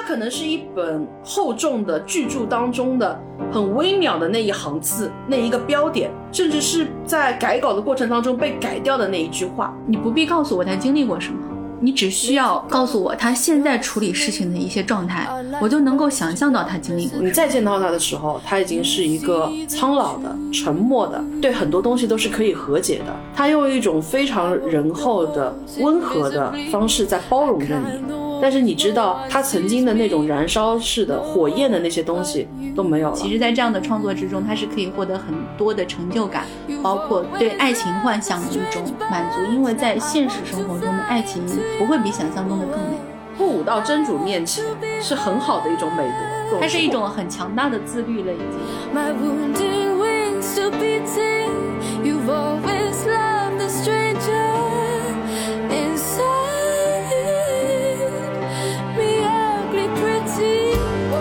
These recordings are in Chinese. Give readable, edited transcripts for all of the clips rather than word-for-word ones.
可能是一本厚重的巨著当中的很微秒的那一行字，那一个标点，甚至是在改稿的过程当中被改掉的那一句话。 你不必告诉我他经历过什么，你只需要告诉我他现在处理事情的一些状态，我就能够想象到他经历过。 你再见到他的时候，他已经是一个苍老的、沉默的，对很多东西都是可以和解的。他用一种非常仁厚的、温和的方式在包容着你。但是你知道他曾经的那种燃烧式的火焰的那些东西都没有了。 其实在这样的创作之中，他是可以获得很多的成就感，包括对爱情幻想的一种满足，因为在现实生活中的爱情不会比想象中的更美。 不舞到真主面前是很好的一种美德， 它是一种很强大的自律了已经。 My wounded wings still beating. You've always loved a stranger inside me ugly pretty.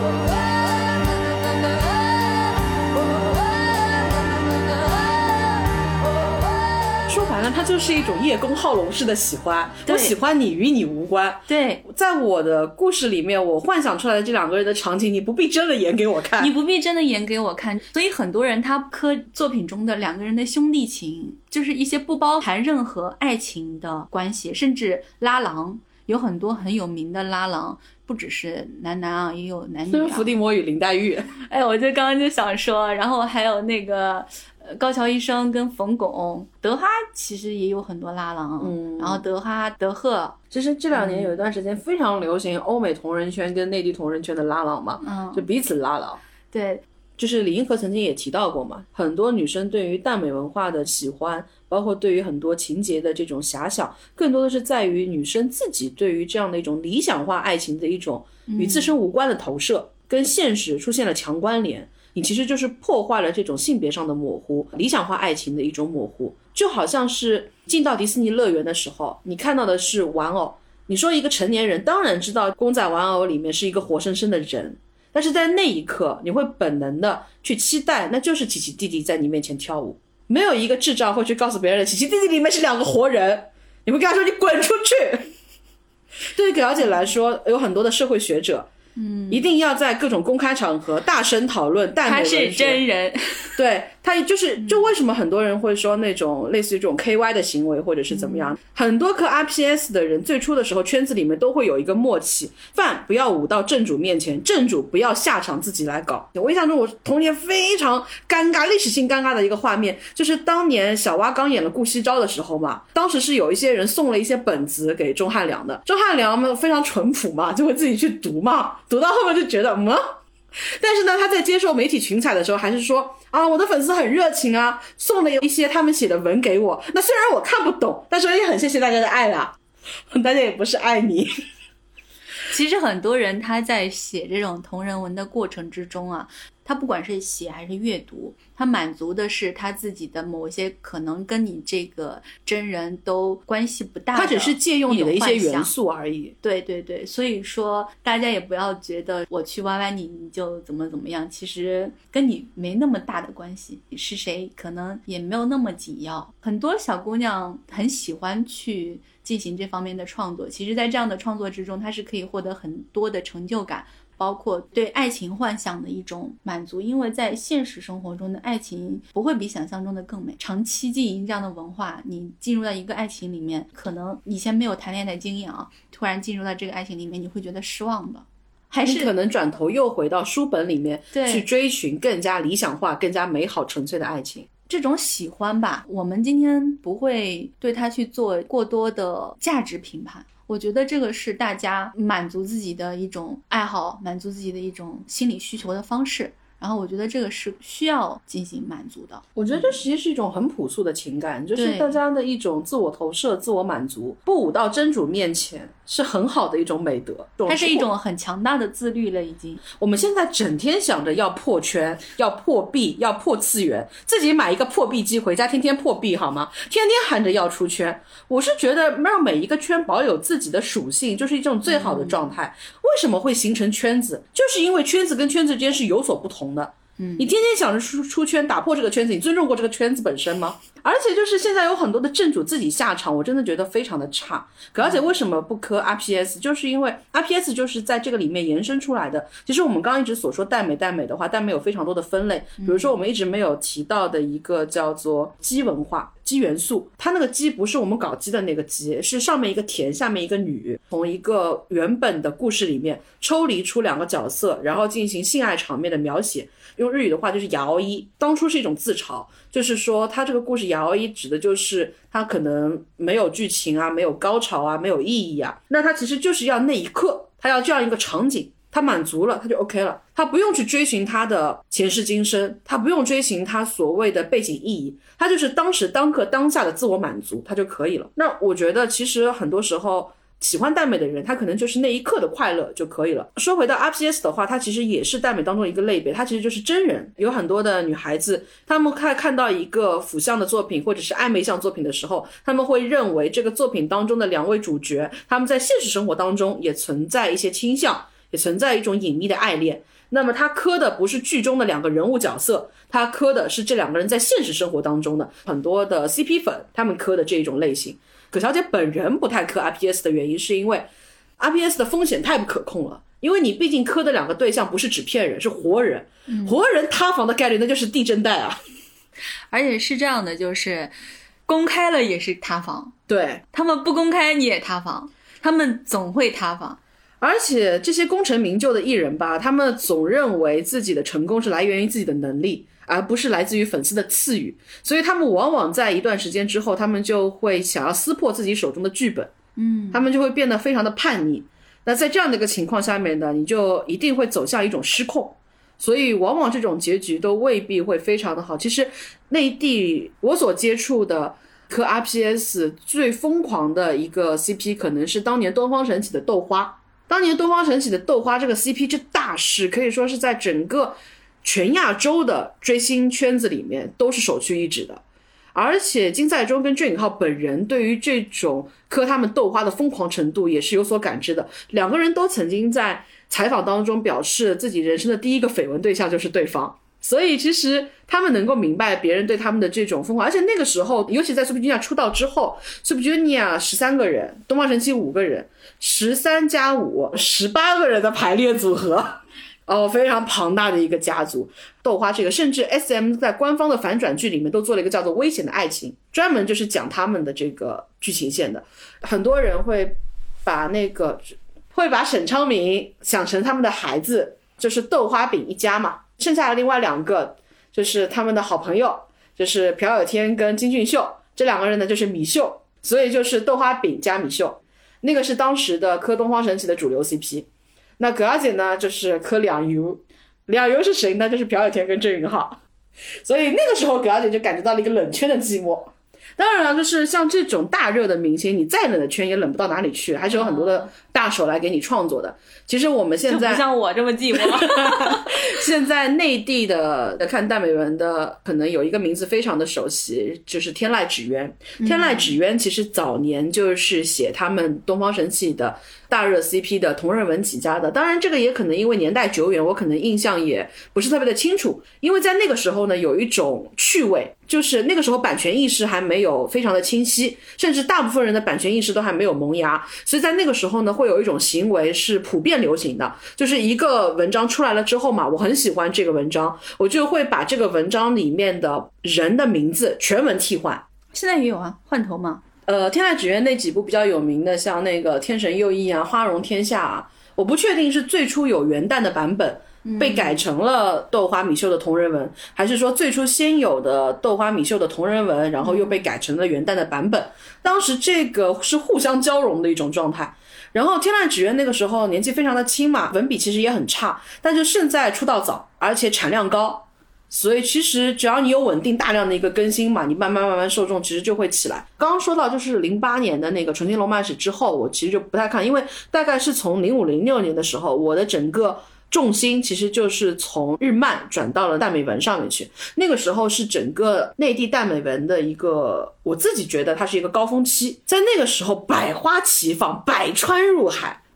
说白了它就是一种叶公好龙式的喜欢，我喜欢你与你无关。 对， 在我的故事里面，我幻想出来的这两个人的场景，你不必真的演给我看， 你不必真的演给我看。所以很多人他磕作品中的两个人的兄弟情，就是一些不包含任何爱情的关系，甚至拉郎，有很多很有名的拉郎，不只是男啊，也有男女啊。 伏地魔与林黛玉， 哎，我就刚刚就想说，然后还有那个高桥医生跟冯巩，德哈其实也有很多拉郎，然后德哈、德赫。 其实这2年有一段时间非常流行欧美同人圈跟内地同人圈的拉郎嘛，就彼此拉郎。 对， 就是李银河曾经也提到过嘛，很多女生对于耽美文化的喜欢，包括对于很多情节的这种遐想，更多的是在于女生自己对于这样的一种理想化爱情的一种与自身无关的投射，跟现实出现了强关联。你其实就是破坏了这种性别上的模糊，理想化爱情的一种模糊。就好像是进到迪士尼乐园的时候，你看到的是玩偶，你说一个成年人当然知道公仔玩偶里面是一个活生生的人，但是在那一刻你会本能的去期待，那就是奇奇弟弟在你面前跳舞。没有一个智障会去告诉别人奇奇弟弟里面是2个活人，你会跟他说你滚出去。对于葛小姐来说，有很多的社会学者一定要在各种公开场合大声讨论耽美文学。 他是真人。 对，他就为什么很多人会说那种类似于这种 KY 的行为或者是怎么样，很多磕 RPS 的人最初的时候圈子里面都会有一个默契，饭不要舞到正主面前，正主不要下场自己来搞。我印象中我童年非常尴尬，历史性尴尬的一个画面，就是当年小蛙刚演了顾惜朝的时候嘛，当时是有一些人送了一些本子给钟汉良的，钟汉良非常淳朴嘛，就会自己去读嘛，读到后面就觉得但是呢，他在接受媒体群采的时候还是说啊，我的粉丝很热情啊，送了一些他们写的文给我。那虽然我看不懂，但是也很谢谢大家的爱啦，大家也不是爱你。 其实很多人他在写这种同人文的过程之中啊，他不管是写还是阅读，他满足的是他自己的某一些可能跟你这个真人都关系不大的， 他只是借用你的一些元素而已。 对对对，所以说大家也不要觉得我去歪歪你你就怎么样，其实跟你没那么大的关系，是谁可能也没有那么紧要。很多小姑娘很喜欢去进行这方面的创作，其实在这样的创作之中，它是可以获得很多的成就感，包括对爱情幻想的一种满足，因为在现实生活中的爱情不会比想象中的更美。长期经营这样的文化，你进入到一个爱情里面，可能以前没有谈恋爱的经验啊，突然进入到这个爱情里面，你会觉得失望的，还是你可能转头又回到书本里面去追寻更加理想化、更加美好、纯粹的爱情。 这种喜欢吧，我们今天不会对它去做过多的价值评判，我觉得这个是大家满足自己的一种爱好，满足自己的一种心理需求的方式，然后我觉得这个是需要进行满足的。 我觉得这实际是一种很朴素的情感，就是大家的一种自我投射、自我满足。不舞到真主面前是很好的一种美德， 它是一种很强大的自律了已经。 我们现在整天想着要破圈、要破壁、要破次元，自己买一个破壁机回家天天破壁好吗？天天喊着要出圈。我是觉得让每一个圈保有自己的属性就是一种最好的状态。为什么会形成圈子？就是因为圈子跟圈子之间是有所不同的。 你天天想着出圈打破这个圈子，你尊重过这个圈子本身吗？而且就是现在有很多的正主自己下场，我真的觉得非常的差。而且为什么不磕 RPS， 就是因为 RPS 就是在这个里面延伸出来的。其实我们刚刚一直所说耽美的话，耽美有非常多的分类，比如说我们一直没有提到的一个叫做姬文化，姬元素，它那个姬不是我们搞基的那个姬，是上面一个田下面一个女，从一个原本的故事里面抽离出两个角色，然后进行性爱场面的描写。用日语的话就是牙一，当初是一种自嘲，就是说他这个故事牙一指的就是他可能没有剧情啊，没有高潮啊，没有意义啊，那他其实就是要那一刻他要这样一个场景，他满足了他就 OK 了，他不用去追寻他的前世今生，他不用追寻他所谓的背景意义，他就是当时当刻当下的自我满足他就可以了。那我觉得其实很多时候喜欢耽美的人他可能就是那一刻的快乐就可以了。说回到 RPS 的话，它其实也是耽美当中一个类别，它其实就是真人。有很多的女孩子她们看到一个腐向的作品或者是暧昧向作品的时候，她们会认为这个作品当中的两位主角他们在现实生活当中也存在一些倾向，也存在一种隐秘的爱恋。那么他磕的不是剧中的两个人物角色，他磕的是这两个人在现实生活当中的很多的 CP 粉他们磕的这种类型。葛小姐本人不太磕 RPS 的原因是因为 RPS 的风险太不可控了，因为你毕竟磕的两个对象不是纸片人，是活人，活人塌房的概率那就是地震带啊。 而且是这样的，就是公开了也是塌房， 对， 他们不公开你也塌房，他们总会塌房。 而且这些功成名就的艺人吧，他们总认为自己的成功是来源于自己的能力，而不是来自于粉丝的赐予，所以他们往往在一段时间之后，他们就会想要撕破自己手中的剧本，他们就会变得非常的叛逆。那在这样的一个情况下面呢，你就一定会走向一种失控，所以往往这种结局都未必会非常的好。其实内地我所接触的磕 RPS 最疯狂的一个 CP 可能是当年东方神起的豆花。当年东方神起的豆花这个 CP 这大事可以说是在整个全亚洲的追星圈子里面都是首屈一指的。而且金在中跟郑允浩本人对于这种磕他们豆花的疯狂程度也是有所感知的，两个人都曾经在采访当中表示自己人生的第一个绯闻对象就是对方，所以其实他们能够明白别人对他们的这种疯狂。而且那个时候尤其在 Super Junior 出道之后， Super Junior 13个人，东方神起5个人，13+5 18个人的排列组合非常庞大的一个家族。豆花这个甚至 SM 在官方的反转剧里面都做了一个叫做危险的爱情，专门就是讲他们的这个剧情线的。很多人会把沈昌明想成他们的孩子，就是豆花饼一家嘛，剩下的另外2个就是他们的好朋友，就是朴有天跟金俊秀，这2个人呢就是米秀，所以就是豆花饼加米秀。那个是当时的磕东方神起的主流 CP。那葛小姐呢就是磕两游是谁呢？就是朴有天跟郑允浩。所以那个时候葛小姐就感觉到了一个冷圈的寂寞。当然了，就是像这种大热的明星，你再冷的圈也冷不到哪里去，还是有很多的大手来给你创作的。其实我们现在就不像我这么寂寞。 现在内地的看耽美文的可能有一个名字非常的熟悉，就是天籁纸鸢。天籁纸鸢其实早年就是写他们东方神起的大热 CP 的同人文起家的。当然这个也可能因为年代久远，我可能印象也不是特别的清楚，因为在那个时候呢有一种趣味，就是那个时候版权意识还没有非常的清晰，甚至大部分人的版权意识都还没有萌芽，所以在那个时候呢会有一种行为是普遍流行的，就是一个文章出来了之后嘛，我很喜欢这个文章，我就会把这个文章里面的人的名字全文替换。 现在也有啊，换头嘛。 天籁纸鸢那几部比较有名的，像那个天神佑一啊，花容天下啊，我不确定是最初有元旦的版本被改成了豆花米秀的同人文，还是说最初先有的豆花米秀的同人文然后又被改成了元旦的版本。当时这个是互相交融的一种状态。然后天籁纸鸢那个时候年纪非常的轻嘛，文笔其实也很差，但就胜在出道早，而且产量高，所以其实只要你有稳定大量的一个更新嘛，你慢慢受众其实就会起来。刚刚说到就是08年的那个纯情龙漫史之后，我其实就不太看，因为大概是从05、06年的时候，我的整个重心其实就是从日漫转到了耽美文上面去。那个时候是整个内地耽美文的一个，我自己觉得它是一个高峰期，在那个时候百花齐放，百川入海，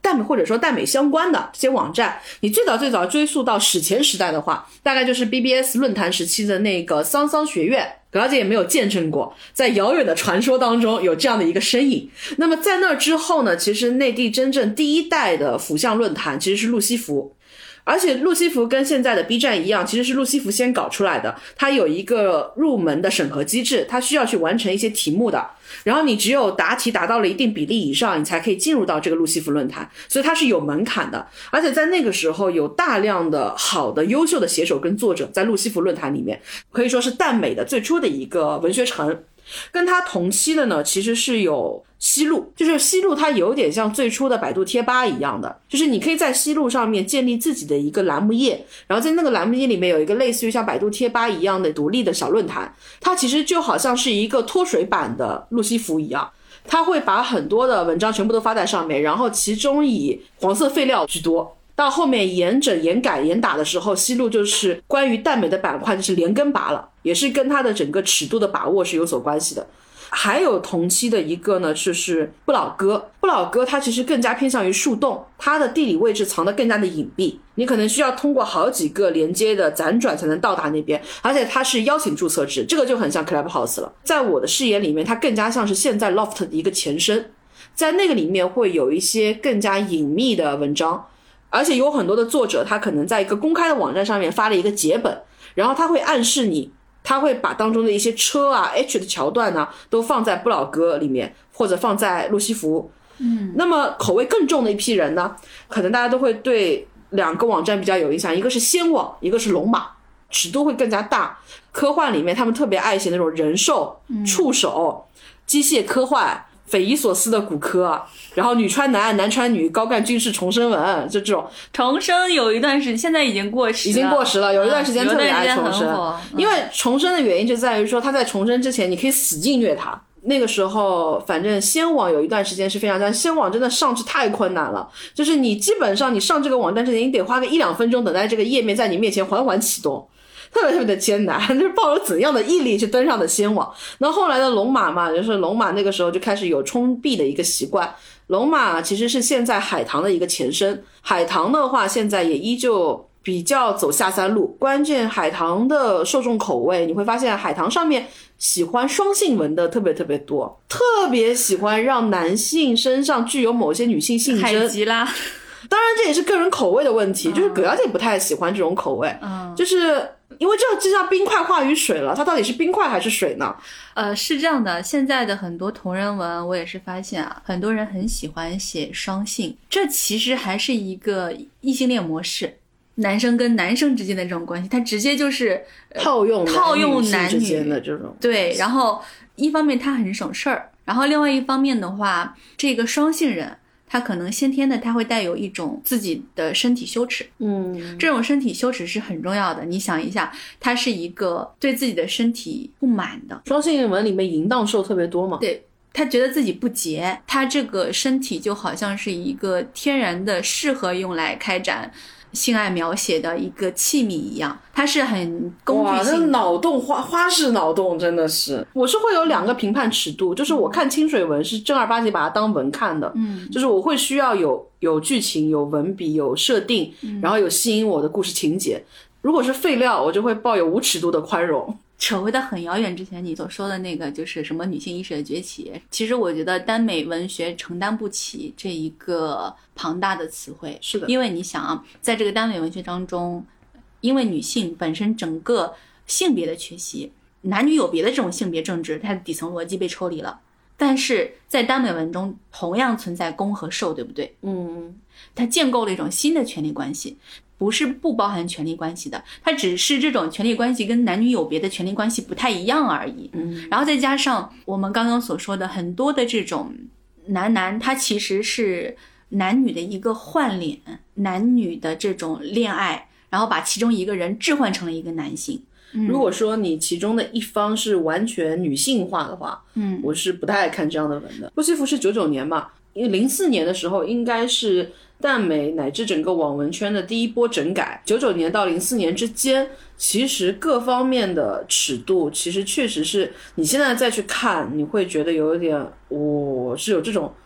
耽美或者说耽美相关的这些网站，你最早追溯到史前时代的话，大概就是 BBS 论坛时期的那个桑桑学院，葛小姐也没有见证过，在遥远的传说当中有这样的一个身影。那么在那之后呢，其实内地真正第一代的腐向论坛其实是路西服，而且路西服跟现在的 B 站一样，其实是路西服先搞出来的，它有一个入门的审核机制，它需要去完成一些题目的，然后你只有答题达到了一定比例以上，你才可以进入到这个路西服论坛，所以它是有门槛的。而且在那个时候有大量的好的优秀的写手跟作者在路西服论坛里面，可以说是耽美的最初的一个文学城。跟它同期的呢，其实是有西路，就是西路它有点像最初的百度贴吧一样的，就是你可以在西路上面建立自己的一个栏目页，然后在那个栏目页里面有一个类似于像百度贴吧一样的独立的小论坛，它其实就好像是一个脱水版的路西服一样，它会把很多的文章全部都发在上面，然后其中以黄色废料居多。到后面严整严改严打的时候，西路就是关于耽美的板块就是连根拔了，也是跟它的整个尺度的把握是有所关系的。还有同期的一个呢，就是不老哥。不老哥它其实更加偏向于树洞，它的地理位置藏得更加的隐蔽，你可能需要通过好几个连接的辗转才能到达那边，而且它是邀请注册制，这个就很像 Clubhouse 了。在我的视野里面，它更加像是现在 Loft 的一个前身，在那个里面会有一些更加隐秘的文章，而且有很多的作者他可能在一个公开的网站上面发了一个节本，然后他会暗示你，他会把当中的一些车啊 H 的桥段啊都放在不老哥里面，或者放在路西服。那么口味更重的一批人呢，可能大家都会对两个网站比较有印象，一个是仙网，一个是龙马，尺度会更加大。科幻里面他们特别爱写那种人兽、触手、机械科幻、匪夷所思的骨科，然后女穿男，男穿女，高干军事重生文，就这种。 重生有一段时间，现在已经过时了， 已经过时了。有一段时间特别爱重生，因为重生的原因就在于说，他在重生之前你可以死劲虐他。那个时候反正仙网有一段时间是非常，但仙网真的上去太困难了，就是你基本上你上这个网站之前，你得花个1-2分钟等待这个页面在你面前缓缓启动，特别特别的艰难，就是抱有怎样的毅力去登上的仙网。那后来的龙马嘛，就是龙马那个时候就开始有充币的一个习惯。龙马其实是现在海棠的一个前身，海棠的话现在也依旧比较走下三路，关键海棠的受众口味，你会发现海棠上面喜欢双性文的特别特别多，特别喜欢让男性身上具有某些女性性征， 海吉拉。 当然这也是个人口味的问题，就是葛小姐不太喜欢这种口味，就是因为这就像冰块化于水了，它到底是冰块还是水呢？ 是这样的，现在的很多同人文我也是发现啊，很多人很喜欢写双性，这其实还是一个异性恋模式，男生跟男生之间的这种关系，它直接就是套用男女之间的这种。 对，然后一方面它很省事儿，然后另外一方面的话，这个双性人他可能先天的他会带有一种自己的身体羞耻，这种身体羞耻是很重要的。你想一下，他是一个对自己的身体不满的， 双性文里面淫荡兽特别多嘛， 对，他觉得自己不洁，他这个身体就好像是一个天然的适合用来开展性爱描写的一个器皿一样，它是很工具性的。 哇，那脑洞花式脑洞真的是，我是会有2个评判尺度，就是我看清水文是正儿八经把它当文看的，就是我会需要有剧情、有文笔、有设定，然后有吸引我的故事情节。如果是废料，我就会抱有无尺度的宽容。 扯回到很遥远之前你所说的那个就是什么女性意识的崛起，其实我觉得耽美文学承担不起这一个庞大的词汇。 是的， 因为你想啊，在这个耽美文学当中，因为女性本身整个性别的缺席，男女有别的这种性别政治它的底层逻辑被抽离了，但是在耽美文中同样存在攻和受，对不对？它建构了一种新的权力关系，不是不包含权力关系的，它只是这种权力关系跟男女有别的权力关系不太一样而已。然后再加上我们刚刚所说的很多的这种男它其实是男女的一个换脸，男女的这种恋爱，然后把其中一个人置换成了一个男性。 如果说你其中的一方是完全女性化的话，我是不太爱看这样的文的。路西服是99年嘛，因为04年的时候应该是耽美乃至整个网文圈的第一波整改。99年到04年之间，其实各方面的尺度其实确实是你现在再去看，你会觉得有一点是有这种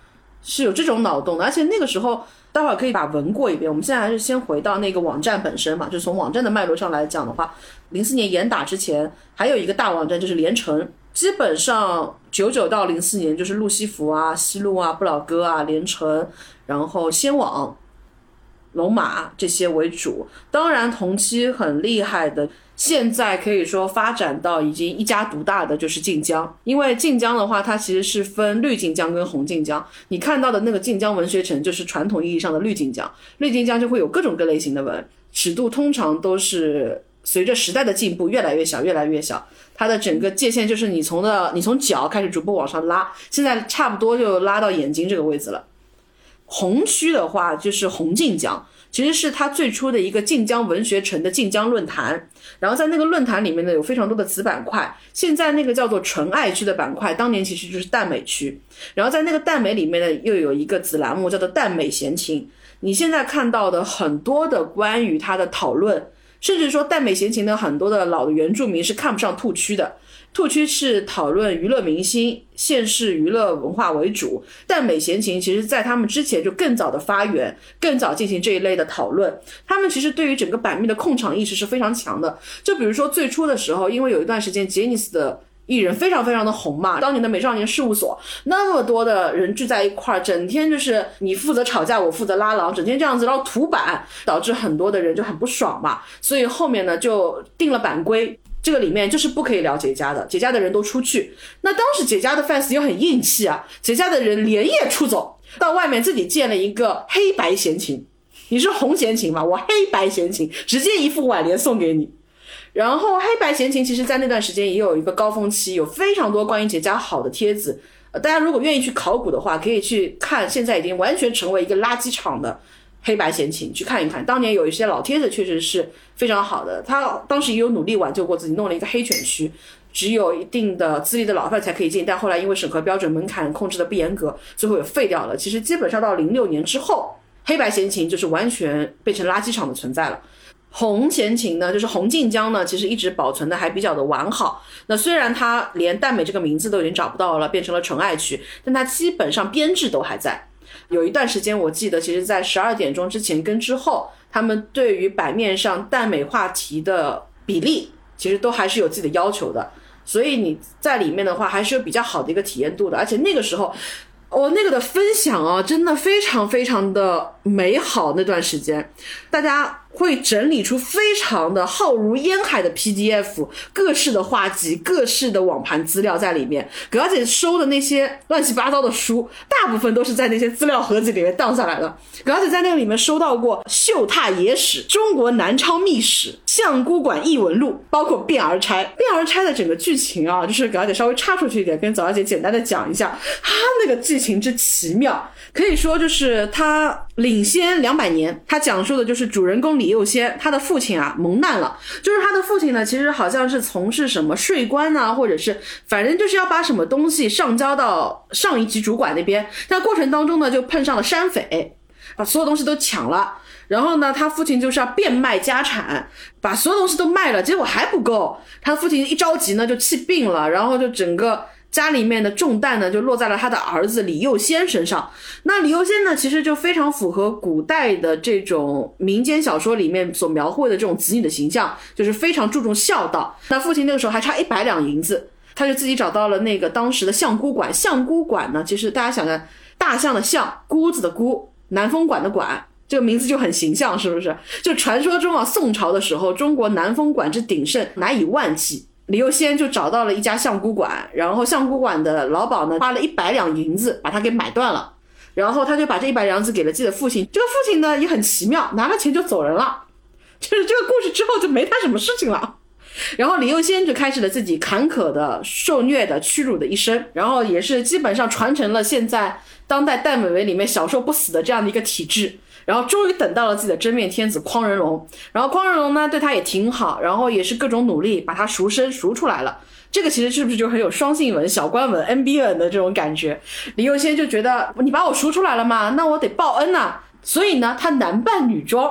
是有这种脑洞的。而且那个时候待会儿可以把文过一遍，我们现在还是先回到那个网站本身嘛，就从网站的脉络上来讲的话，04年严打之前还有一个大网站就是连城，基本上99到04年就是路西服啊、西路啊、不老歌啊、连城，然后先网、龙马这些为主。当然同期很厉害的，现在可以说发展到已经一家独大的就是晋江。因为晋江的话它其实是分绿晋江跟红晋江，你看到的那个晋江文学城就是传统意义上的绿晋江，绿晋江就会有各种各类型的文，尺度通常都是随着时代的进步越来越小越来越小，它的整个界限就是你从脚开始逐步往上拉，现在差不多就拉到眼睛这个位置了。红区的话就是红晋江，其实是它最初的一个晋江文学城的晋江论坛，然后在那个论坛里面呢有非常多的子板块，现在那个叫做纯爱区的板块当年其实就是耽美区，然后在那个耽美里面呢又有一个子栏目叫做耽美闲情，你现在看到的很多的关于它的讨论，甚至说耽美闲情的很多的老的原住民是看不上兔区的，兔区是讨论娱乐明星、现世娱乐文化为主，耽美闲情其实在他们之前就更早的发源，更早进行这一类的讨论，他们其实对于整个版面的控场意识是非常强的。就比如说最初的时候，因为有一段时间杰尼斯的艺人非常非常的红嘛，当年的美少年事务所那么多的人聚在一块儿，整天就是你负责吵架我负责拉郎，整天这样子，然后涂版导致很多的人就很不爽嘛，所以后面呢就定了版规，这个里面就是不可以聊节家的，节家的人都出去。那当时节家的 fans 又很硬气啊，节家的人连夜出走到外面自己建了一个黑白闲情，你是红闲情嘛，我黑白闲情，直接一副挽联送给你。然后黑白闲情其实在那段时间也有一个高峰期，有非常多关于节家好的帖子，大家如果愿意去考古的话可以去看，现在已经完全成为一个垃圾场的黑白闲情，去看一看，当年有一些老帖子确实是非常好的，他当时也有努力挽救过自己，弄了一个黑犬区，只有一定的资历的老范才可以进，但后来因为审核标准门槛控制的不严格，最后也废掉了。其实基本上到06年之后，黑白闲情就是完全变成垃圾场的存在了。红闲情呢，就是红晋江呢，其实一直保存的还比较的完好。那虽然它连耽美这个名字都已经找不到了，变成了纯爱区，但它基本上编制都还在。有一段时间我记得其实在12点钟之前跟之后，他们对于版面上耽美话题的比例其实都还是有自己的要求的，所以你在里面的话还是有比较好的一个体验度的。而且那个时候那个的分享啊真的非常非常的美好，那段时间大家会整理出非常的浩如烟海的 PDF， 各式的画集，各式的网盘资料在里面。葛小姐收的那些乱七八糟的书大部分都是在那些资料盒子里面荡下来的。葛小姐在那个里面收到过秀踏野史、中国南昌秘史、相姑馆异闻录，包括变儿差。变儿差的整个剧情啊，就是葛小姐稍微插出去一点跟早小姐简单的讲一下，那个剧情之奇妙，可以说就是她领先200年。她讲述的就是主人公李幼仙，他的父亲啊蒙难了，就是他的父亲呢其实好像是从事什么税关啊，或者是反正就是要把什么东西上交到上一级主管那边，但过程当中呢就碰上了山匪，把所有东西都抢了，然后呢他父亲就是要变卖家产，把所有东西都卖了，结果还不够，他父亲一着急呢就气病了，然后就整个家里面的重担呢就落在了他的儿子李幼仙身上。那李幼仙呢其实就非常符合古代的这种民间小说里面所描绘的这种子女的形象，就是非常注重孝道。那父亲那个时候还差100两银子，他就自己找到了那个当时的相姑馆。相姑馆呢其实大家想想，大象的象，姑子的姑，南风馆的馆，这个名字就很形象，是不是？就传说中啊，宋朝的时候中国南风馆之鼎盛，乃以万计。李幼仙就找到了一家相姑馆，然后相姑馆的老鸨呢花了100两银子把他给买断了，然后他就把这100两银子给了自己的父亲。这个父亲呢也很奇妙，拿了钱就走人了，就是这个故事之后就没他什么事情了。然后李幼仙就开始了自己坎坷的受虐的屈辱的一生，然后也是基本上传承了现在当代耽美文里面小受不死的这样的一个体制，然后终于等到了自己的真面天子匡仁龙。然后匡仁龙呢对他也挺好，然后也是各种努力把他赎身赎出来了。这个其实是不是就很有双性文、小官文、NB 文的这种感觉？李幼仙就觉得你把我赎出来了嘛，那我得报恩啊，所以呢他男扮女装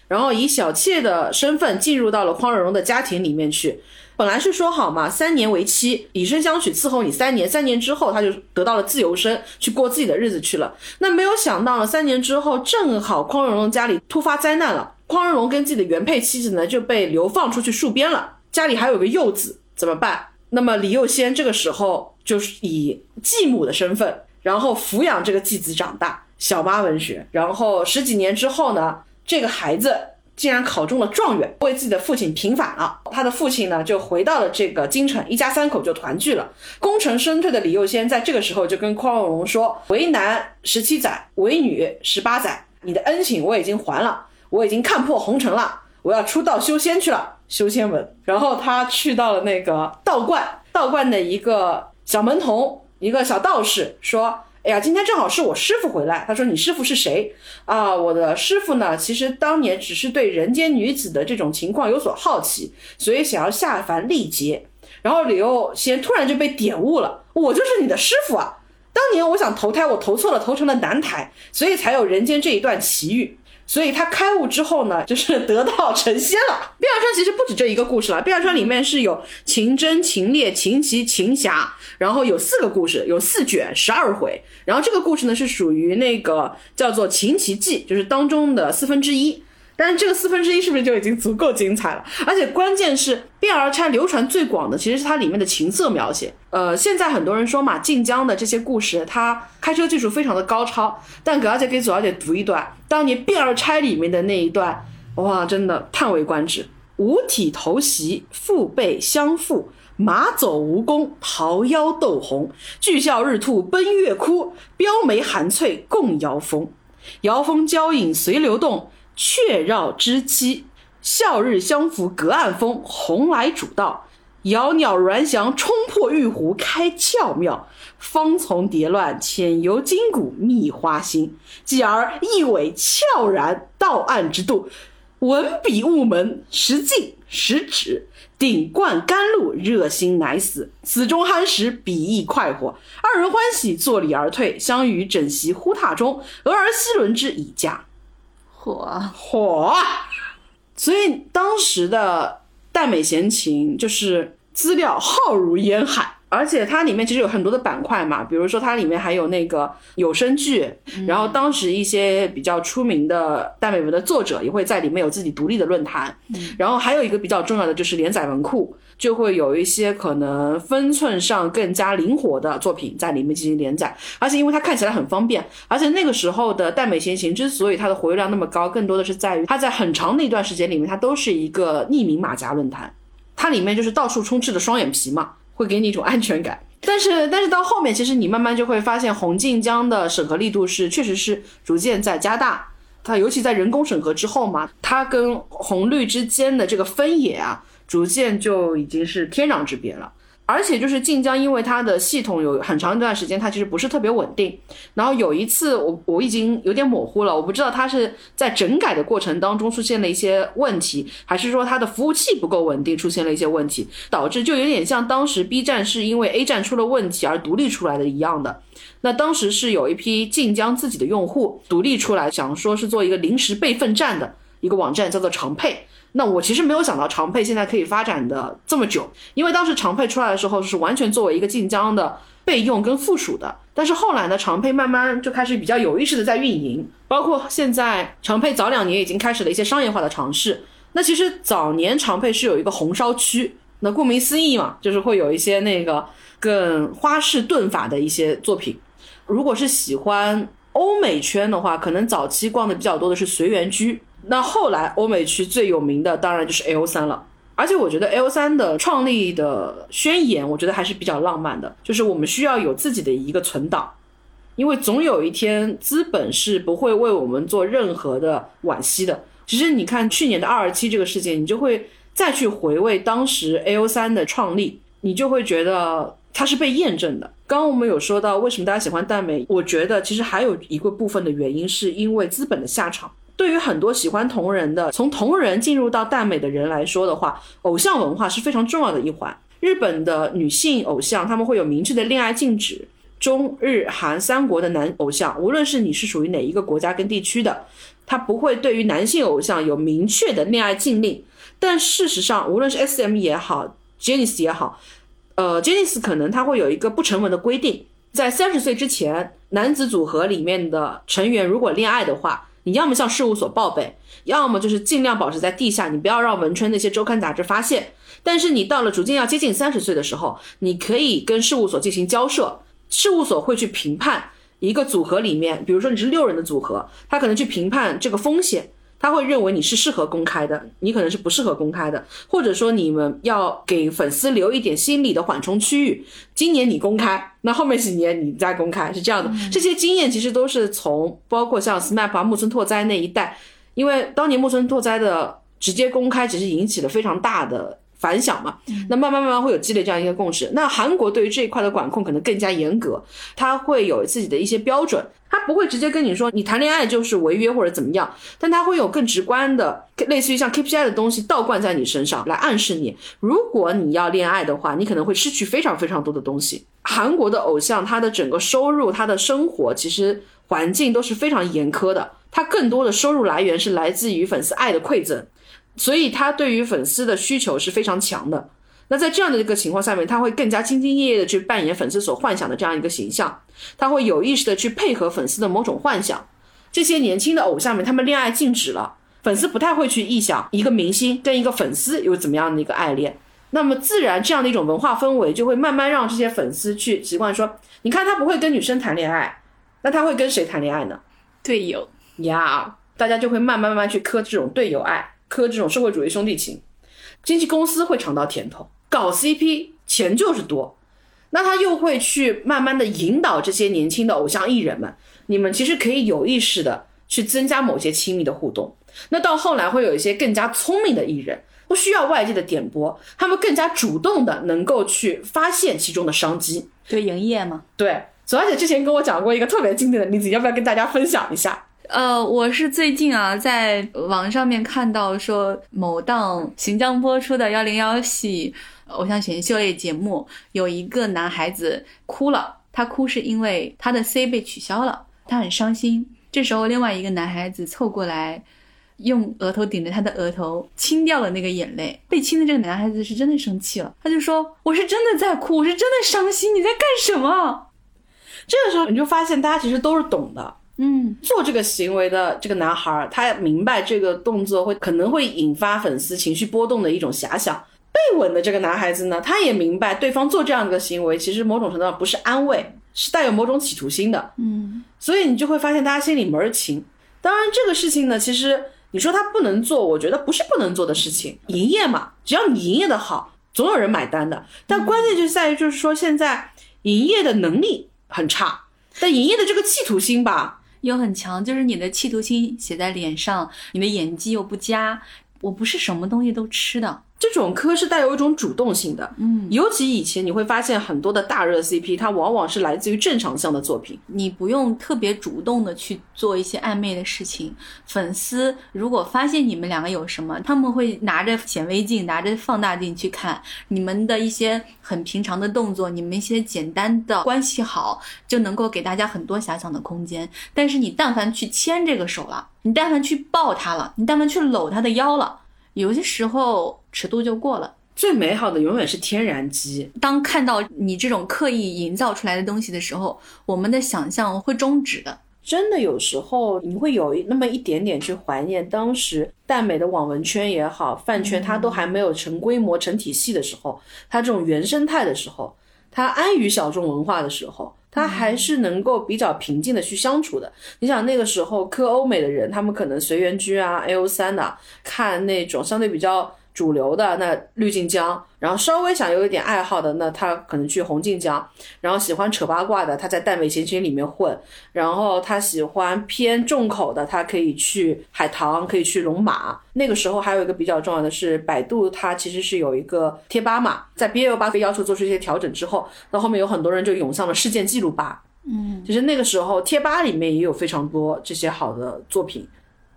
然后以小妾的身份进入到了匡仁荣的家庭里面去。本来是说好嘛，3年为期，以身相许，伺候你3年，3年之后他就得到了自由身，去过自己的日子去了。那没有想到呢，3年之后正好匡仁荣家里突发灾难了，匡仁荣跟自己的原配妻子呢就被流放出去戍边了，家里还有个幼子，怎么办？那么李幼仙这个时候就是以继母的身份，然后抚养这个继子长大，小妈文学。然后10几年之后呢，这个孩子竟然考中了状元，为自己的父亲平反了。他的父亲呢就回到了这个京城，一家3口就团聚了。功成身退的李幼仙在这个时候就跟匡仁荣说，为男17载，为女18载，你的恩情我已经还了，我已经看破红尘了，我要出道修仙去了，修仙文。然后他去到了那个道观的一个小门童，一个小道士，说哎呀，今天正好是我师父回来。他说你师父是谁啊？我的师父呢，其实当年只是对人间女子的这种情况有所好奇，所以想要下凡历劫。然后李幼仙突然就被点悟了，我就是你的师父啊，当年我想投胎，我投错了，投成了男胎，所以才有人间这一段奇遇。所以他开悟之后呢，就是得道成仙了。碧阳川其实不止这一个故事了，碧阳川里面是有秦真、秦烈、秦琪、秦霞，然后有4个故事，有4卷12回。然后这个故事呢是属于那个叫做秦琪记，就是当中的1/4。但是这个1/4是不是就已经足够精彩了？而且关键是碧儿钗流传最广的其实是它里面的情色描写。现在很多人说嘛，晋江的这些故事它开车技术非常的高超，但给二姐给左小姐读一段当年碧儿钗里面的那一段，哇，真的叹为观止。五体投袭，腹背相负，马走蜈蚣，桃夭斗红，巨啸日兔奔月窟，标眉含翠共摇风，摇风交影随流动，雀绕枝期，笑日相扶隔岸风，红来主道，摇鸟鸾翔冲破玉壶开窍妙，芳丛蝶乱潜游筋骨觅花心，继而一尾悄然到岸之度，文笔雾门时尽时止，顶灌甘露热心乃死，此中酣时比翼快活，二人欢喜坐立而退，相与枕席呼榻中，俄而西轮之以驾。火，所以当时的耽美闲情就是资料浩如烟海，而且它里面其实有很多的板块嘛，比如说它里面还有那个有声剧，然后当时一些比较出名的耽美文的作者也会在里面有自己独立的论坛，然后还有一个比较重要的就是连载文库，就会有一些可能分寸上更加灵活的作品在里面进行连载，而且因为它看起来很方便，而且那个时候的耽美闲情之所以它的活跃量那么高，更多的是在于它在很长的一段时间里面它都是一个匿名马甲论坛，它里面就是到处充斥的双眼皮嘛，会给你一种安全感。但是到后面其实你慢慢就会发现红晋江的审核力度确实是逐渐在加大，它尤其在人工审核之后嘛，它跟红绿之间的这个分野啊逐渐就已经是天壤之别了。而且就是晋江因为它的系统有很长一段时间它其实不是特别稳定，然后有一次我已经有点模糊了，我不知道它是在整改的过程当中出现了一些问题，还是说它的服务器不够稳定出现了一些问题，导致就有点像当时 B 站是因为 A 站出了问题而独立出来的一样的。那当时是有一批晋江自己的用户独立出来，想说是做一个临时备份站的一个网站，叫做长配。那我其实没有想到长配现在可以发展的这么久，因为当时长配出来的时候是完全作为一个晋江的备用跟附属的，但是后来呢，长配慢慢就开始比较有意识的在运营，包括现在长配早2年已经开始了一些商业化的尝试。那其实早年长配是有一个红烧区，那顾名思义嘛，就是会有一些那个更花式遁法的一些作品。如果是喜欢欧美圈的话，可能早期逛的比较多的是随缘居，那后来欧美区最有名的当然就是 AO3 了。而且我觉得 AO3 的创立的宣言我觉得还是比较浪漫的，就是我们需要有自己的一个存档，因为总有一天资本是不会为我们做任何的惋惜的。其实你看去年的227这个事件，你就会再去回味当时 AO3 的创立，你就会觉得它是被验证的。刚刚我们有说到为什么大家喜欢耽美，我觉得其实还有一个部分的原因是因为资本的下场。对于很多喜欢同人的，从同人进入到耽美的人来说的话，偶像文化是非常重要的一环。日本的女性偶像他们会有明确的恋爱禁止，中日韩3国的男偶像，无论是你是属于哪一个国家跟地区的， 它不会对于男性偶像有明确的恋爱禁令。但事实上无论是 SM 也好 Genesis 也好Genesis 可能它会有一个不成文的规定，在30岁之前，男子组合里面的成员如果恋爱的话，你要么向事务所报备，要么就是尽量保持在地下，你不要让文春那些周刊杂志发现。但是你到了逐渐要接近30岁的时候，你可以跟事务所进行交涉，事务所会去评判一个组合里面，比如说你是6人的组合，他可能去评判这个风险，他会认为你是适合公开的，你可能是不适合公开的，或者说你们要给粉丝留一点心理的缓冲区域，今年你公开，那后面几年你再公开，是这样的。这些经验其实都是从包括像 SMAP 啊木村拓哉那一代，因为当年木村拓哉的直接公开其实引起了非常大的反响嘛，那慢慢会有积累这样一个共识。那韩国对于这一块的管控可能更加严格，它会有自己的一些标准，它不会直接跟你说你谈恋爱就是违约或者怎么样，但它会有更直观的类似于像 KPI 的东西倒灌在你身上来暗示你，如果你要恋爱的话，你可能会失去非常非常多的东西。韩国的偶像他的整个收入，他的生活其实环境都是非常严苛的，他更多的收入来源是来自于粉丝爱的馈赠，所以他对于粉丝的需求是非常强的。那在这样的一个情况下面，他会更加兢兢业业的去扮演粉丝所幻想的这样一个形象，他会有意识的去配合粉丝的某种幻想。这些年轻的偶像们，他们恋爱禁止了，粉丝不太会去臆想一个明星跟一个粉丝有怎么样的一个爱恋，那么自然这样的一种文化氛围就会慢慢让这些粉丝去习惯说，你看他不会跟女生谈恋爱，那他会跟谁谈恋爱呢？ 队友呀，大家就会慢慢去磕这种队友爱，磕这种社会主义兄弟情。经纪公司会尝到甜头，搞 CP 钱就是多，那他又会去慢慢的引导这些年轻的偶像艺人们，你们其实可以有意识的去增加某些亲密的互动。那到后来会有一些更加聪明的艺人，不需要外界的点拨，他们更加主动的能够去发现其中的商机。 对，营业嘛。 对，而且之前跟我讲过一个特别经典的例子，要不要跟大家分享一下？ 我是最近在网上面看到说，某档新疆播出的101系偶像选秀类节目，有一个男孩子哭了，他哭是因为他的 C 被取消了，他很伤心。这时候另外一个男孩子凑过来，用额头顶着他的额头亲掉了那个眼泪。被亲的这个男孩子是真的生气了，他就说，我是真的在哭，我是真的伤心，你在干什么？ 这个时候你就发现大家其实都是懂的，做这个行为的这个男孩，他明白这个动作可能会引发粉丝情绪波动的一种遐想。被吻的这个男孩子呢，他也明白对方做这样的行为其实某种程度上不是安慰，是带有某种企图心的。所以你就会发现大家心里门儿清。当然这个事情呢，其实你说他不能做，我觉得不是不能做的事情，营业嘛，只要你营业的好，总有人买单的。但关键就在于就是说现在营业的能力很差，但营业的这个企图心吧又很强，就是你的企图心写在脸上，你的演技又不佳，我不是什么东西都吃的。 这种磕是带有一种主动性的，尤其以前你会发现很多的大热 CP 它往往是来自于正常向的作品， 你不用特别主动的去做一些暧昧的事情，粉丝如果发现你们两个有什么，他们会拿着显微镜拿着放大镜去看你们的一些很平常的动作，你们一些简单的关系好，就能够给大家很多遐想的空间。但是你但凡去牵这个手了，你但凡去抱他了，你但凡去搂他的腰了，有些时候尺度就过了。 最美好的永远是天然机。 当看到你这种刻意营造出来的东西的时候，我们的想象会终止的。 真的有时候你会有那么一点点去怀念当时耽美的网文圈也好，饭圈它都还没有成规模成体系的时候，它这种原生态的时候，它安于小众文化的时候，它还是能够比较平静的去相处的。你想那个时候磕欧美的人，他们可能随缘居啊 AO3 啊，看那种相对比较主流的那滤镜江，然后稍微想有一点爱好的，那他可能去红镜江，然后喜欢扯八卦的他在耽美闲群里面混，然后他喜欢偏重口的他可以去海棠，可以去龙马。那个时候还有一个比较重要的是，百度它其实是有一个贴吧嘛，在 BL8 被要求做出一些调整之后，到后面有很多人就涌向了事件记录吧。其实那个时候贴吧里面也有非常多这些好的作品。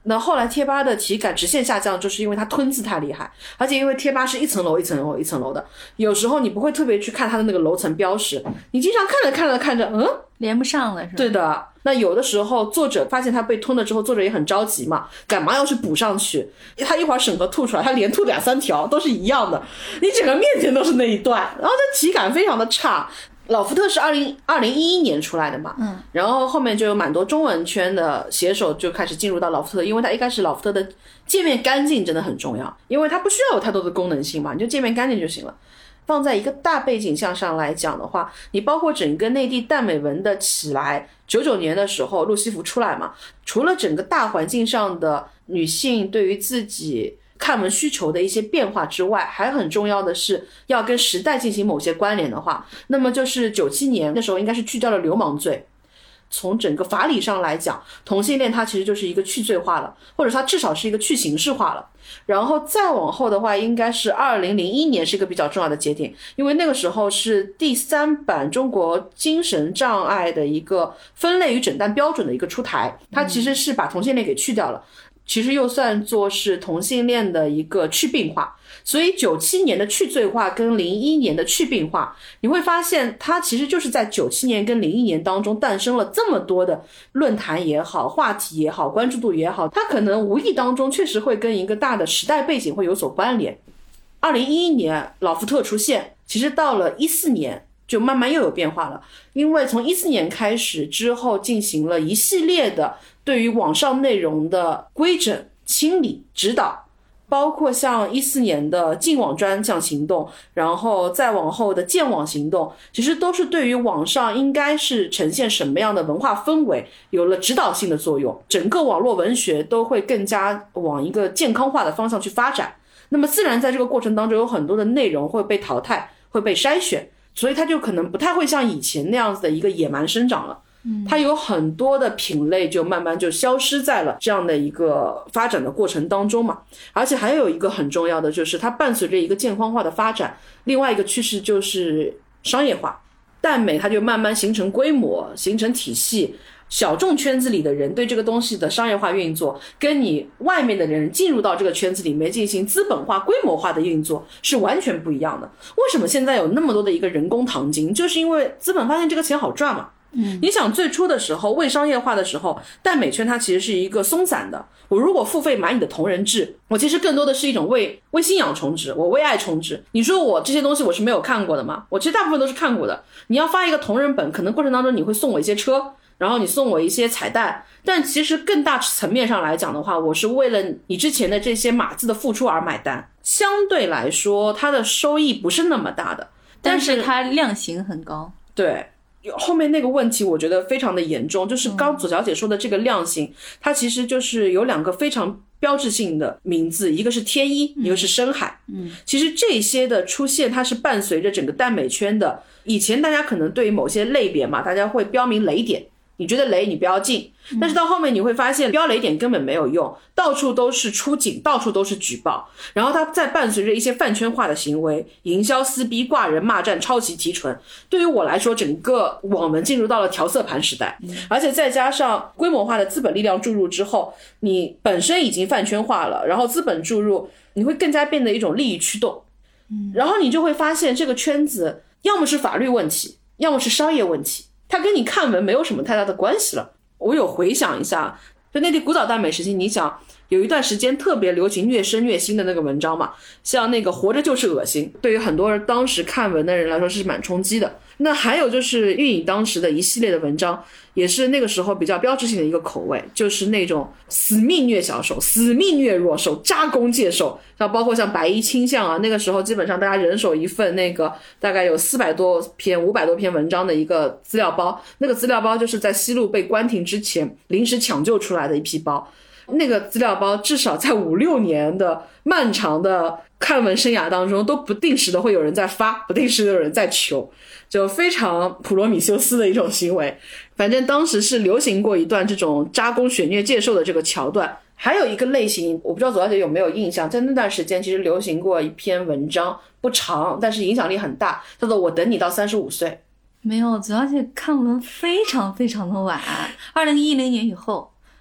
那后来贴吧的体感直线下降，就是因为它吞字太厉害，而且因为贴吧是一层楼一层楼一层楼的，有时候你不会特别去看它的那个楼层标识，你经常看着连不上了是吧？ 对的。那有的时候作者发现它被吞了之后，作者也很着急嘛，赶忙要去补上去，他一会儿审核吐出来，他连吐2-3条都是一样的，你整个面前都是那一段，然后这体感非常的差。老福特是2011年出来的嘛，然后后面就有蛮多中文圈的写手就开始进入到老福特，因为他一开始老福特的界面干净真的很重要，因为它不需要有太多的功能性嘛，你就界面干净就行了。放在一个大背景向上来讲的话，你包括整个内地耽美文的起来，99年的时候路西弗出来嘛，除了整个大环境上的女性对于自己看文需求的一些变化之外，还很重要的是要跟时代进行某些关联的话，那么就是97年的时候应该是去掉了流氓罪。从整个法理上来讲，同性恋它其实就是一个去罪化了，或者它至少是一个去形式化了。然后再往后的话，应该是2001年是一个比较重要的节点，因为那个时候是第3版中国精神障碍的一个分类与诊断标准的一个出台，它其实是把同性恋给去掉了，其实又算作是同性恋的一个去病化。所以97年的去罪化跟01年的去病化，你会发现它其实就是在97年跟01年当中诞生了这么多的论坛也好，话题也好，关注度也好，它可能无意当中确实会跟一个大的时代背景会有所关联。2011年老福特出现，其实到了14年就慢慢又有变化了，因为从14年开始之后进行了一系列的对于网上内容的规整、清理、指导，包括像14年的禁网专项行动，然后再往后的建网行动，其实都是对于网上应该是呈现什么样的文化氛围有了指导性的作用，整个网络文学都会更加往一个健康化的方向去发展。那么自然在这个过程当中有很多的内容会被淘汰，会被筛选，所以它就可能不太会像以前那样子的一个野蛮生长了。它有很多的品类就慢慢就消失在了这样的一个发展的过程当中嘛。而且还有一个很重要的就是它伴随着一个健康化的发展，另外一个趋势就是商业化，耽美它就慢慢形成规模，形成体系，小众圈子里的人对这个东西的商业化运作，跟你外面的人进入到这个圈子里面进行资本化规模化的运作是完全不一样的。为什么现在有那么多的一个人工糖精，就是因为资本发现这个钱好赚嘛。你想最初的时候未商业化的时候，耽美圈它其实是一个松散的，我如果付费买你的同人志，我其实更多的是一种为信仰充值，我为爱充值。你说我这些东西我是没有看过的吗？我其实大部分都是看过的。你要发一个同人本，可能过程当中你会送我一些车，然后你送我一些彩蛋，但其实更大层面上来讲的话，我是为了你之前的这些码字的付出而买单，相对来说它的收益不是那么大的， 但是它量刑很高。 对，后面那个问题我觉得非常的严重，就是刚左小姐说的这个量刑，它其实就是有2个非常标志性的名字，一个是天一，一个是深海。其实这些的出现它是伴随着整个耽美圈的，以前大家可能对于某些类别嘛，大家会标明雷点，你觉得雷你不要进，但是到后面你会发现标雷点根本没有用，到处都是出警，到处都是举报，然后它再伴随着一些饭圈化的行为，营销撕逼、挂人、骂战、抄袭、提纯。对于我来说，整个网文进入到了调色盘时代，而且再加上规模化的资本力量注入之后，你本身已经饭圈化了，然后资本注入，你会更加变得一种利益驱动，然后你就会发现这个圈子要么是法律问题，要么是商业问题，它跟你看文没有什么太大的关系了。我有回想一下，就内地古早耽美时期，你想有一段时间特别流行虐生虐心的那个文章嘛，像那个活着就是恶心，对于很多人当时看文的人来说是蛮冲击的。那还有就是运营当时的一系列的文章，也是那个时候比较标志性的一个口味，就是那种死命虐小手，死命虐弱手，扎弓借手，像包括像白衣倾向啊，那个时候基本上大家人手一份那个大概有400多篇500多篇文章的一个资料包，那个资料包就是在西路被关停之前临时抢救出来的一批包，那个资料包至少在5-6年的漫长的看文生涯当中都不定时的会有人在发，不定时的有人在求，就非常普罗米修斯的一种行为。反正当时是流行过一段这种扎弓血虐借兽的这个桥段。还有一个类型，我不知道左小姐有没有印象，在那段时间其实流行过一篇文章，不长但是影响力很大，叫做我等你到35岁。 没有，左小姐看文非常非常的晚，2010年以后。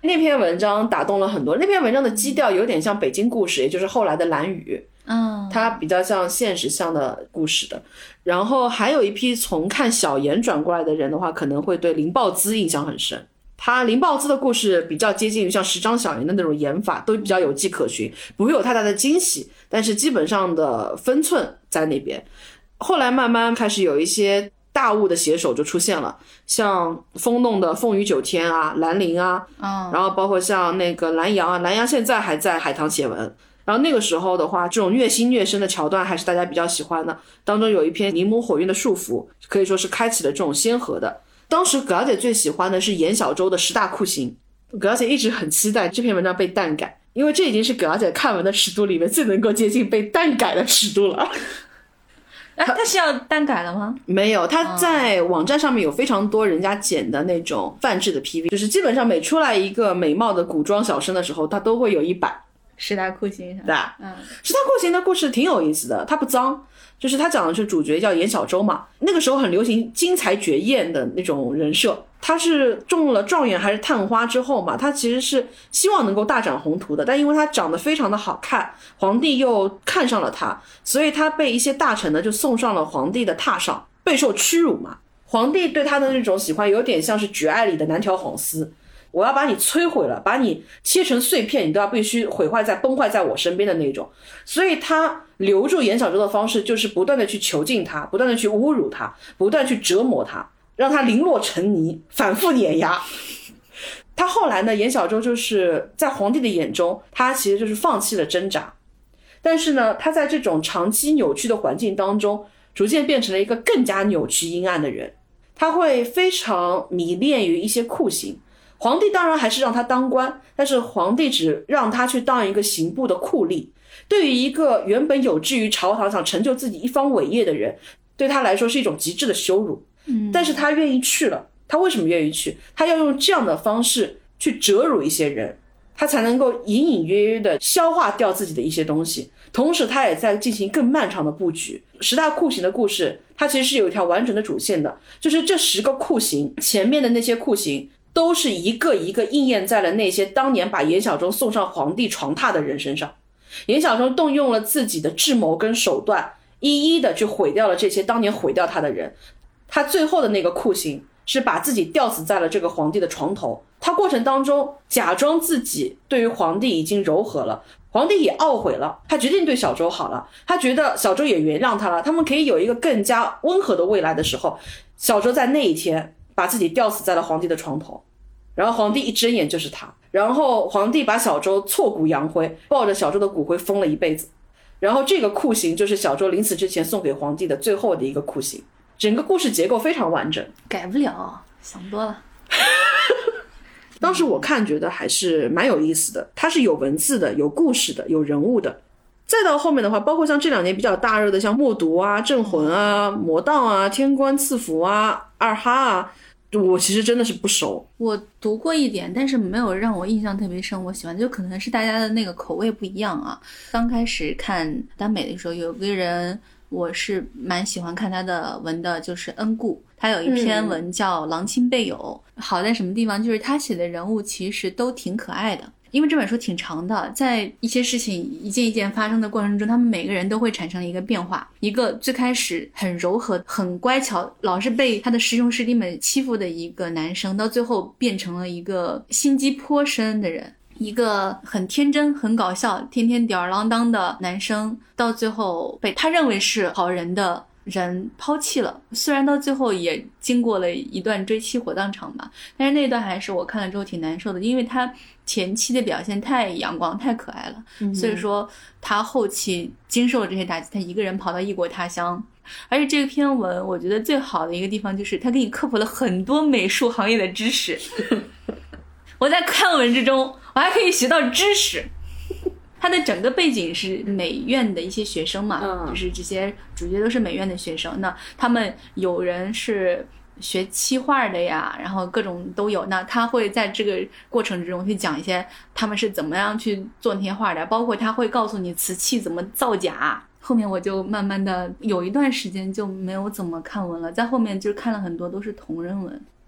那篇文章打动了很多，那篇文章的基调有点像北京故事，也就是后来的蓝雨，它比较像现实向的故事的。然后还有一批从看小言转过来的人的话，可能会对林豹兹印象很深。他林豹兹的故事比较接近于像十张小言的那种演法，都比较有迹可循，不会有太大的惊喜，但是基本上的分寸在那边。后来慢慢开始有一些大物的写手就出现了，像风弄的凤羽九天啊、兰陵啊，然后包括像那个蓝阳啊，蓝阳现在还在海棠写文。然后那个时候的话，这种虐心虐身的桥段还是大家比较喜欢的，当中有一篇柠檬火晕的束缚，可以说是开启了这种先河的。当时葛小姐最喜欢的是严小舟的10大酷刑，葛小姐一直很期待这篇文章被耽改，因为这已经是葛小姐看文的尺度里面最能够接近被耽改的尺度了。 他是要耽改了吗？ 没有，他在网站上面有非常多人家剪的那种泛制的 PV， 就是基本上每出来一个美貌的古装小生的时候，他都会有一版 10大酷刑是吧？ 对吧？10大酷刑的故事挺有意思的，它不脏，就是他讲的是主角叫严小舟嘛，那个时候很流行精彩绝艳的那种人设，他是中了状元还是探花之后嘛，他其实是希望能够大展宏图的，但因为他长得非常的好看，皇帝又看上了他，所以他被一些大臣呢就送上了皇帝的榻上，备受屈辱嘛。皇帝对他的那种喜欢有点像是《绝爱》里的南条晃司，我要把你摧毁了，把你切成碎片，你都要必须崩坏在我身边的那种。所以他留住严小舟的方式就是不断的去囚禁他，不断的去侮辱他，不断去折磨他，让他零落成泥，反复碾压。他后来呢，严小舟就是在皇帝的眼中，他其实就是放弃了挣扎，但是呢，他在这种长期扭曲的环境当中，逐渐变成了一个更加扭曲阴暗的人。他会非常迷恋于一些酷刑，皇帝当然还是让他当官，但是皇帝只让他去当一个刑部的酷吏。对于一个原本有志于朝堂想成就自己一方伟业的人，对他来说是一种极致的羞辱。但是他愿意去了。他为什么愿意去？他要用这样的方式去折辱一些人，他才能够隐隐约约的消化掉自己的一些东西。同时他也在进行更漫长的布局。10大酷刑的故事它其实是有一条完整的主线的，就是这10个酷刑前面的那些酷刑都是一个一个应验在了那些当年把严小舟送上皇帝床榻的人身上。严小舟动用了自己的智谋跟手段，一一的去毁掉了这些当年毁掉他的人。他最后的那个酷刑是把自己吊死在了这个皇帝的床头，他过程当中假装自己对于皇帝已经柔和了，皇帝也懊悔了，他决定对小舟好了，他觉得小舟也原谅他了，他们可以有一个更加温和的未来的时候，小舟在那一天把自己吊死在了皇帝的床头，然后皇帝一睁眼就是他，然后皇帝把小舟挫骨扬灰，抱着小舟的骨灰疯了一辈子。然后这个酷刑就是小舟临死之前送给皇帝的最后的一个酷刑。整个故事结构非常完整， 改不了，想多了。 当时我看觉得还是蛮有意思的，它是有文字的，有故事的，有人物的。再到后面的话，包括像这2年比较大热的像默读啊、镇魂啊、魔道啊、天官赐福啊、二哈啊，我其实真的是不熟。 我读过一点，但是没有让我印象特别深，我喜欢就可能是大家的那个口味不一样啊。刚开始看耽美的时候，有个人我是蛮喜欢看他的文的，就是恩固，他有一篇文叫《郎亲贝友》，好在什么地方，就是他写的人物其实都挺可爱的。因为这本书挺长的，在一些事情一件一件发生的过程中，他们每个人都会产生一个变化。一个最开始很柔和很乖巧，老是被他的师兄师弟们欺负的一个男生，到最后变成了一个心机颇深的人。一个很天真很搞笑天天吊儿郎当的男生，到最后被他认为是好人的人抛弃了，虽然到最后也经过了一段追妻火葬场吧，但是那段还是我看了之后挺难受的，因为他前期的表现太阳光太可爱了，所以说他后期经受了这些打击，他一个人跑到异国他乡。而且这篇文我觉得最好的一个地方就是他给你科普了很多美术行业的知识我在看文之中我还可以学到知识。他的整个背景是美院的一些学生嘛，就是这些主角都是美院的学生，那他们有人是学漆画的呀，然后各种都有，那他会在这个过程之中去讲一些他们是怎么样去做那些画的，包括他会告诉你瓷器怎么造假。后面我就慢慢的有一段时间就没有怎么看文了，在后面就看了很多都是同人文。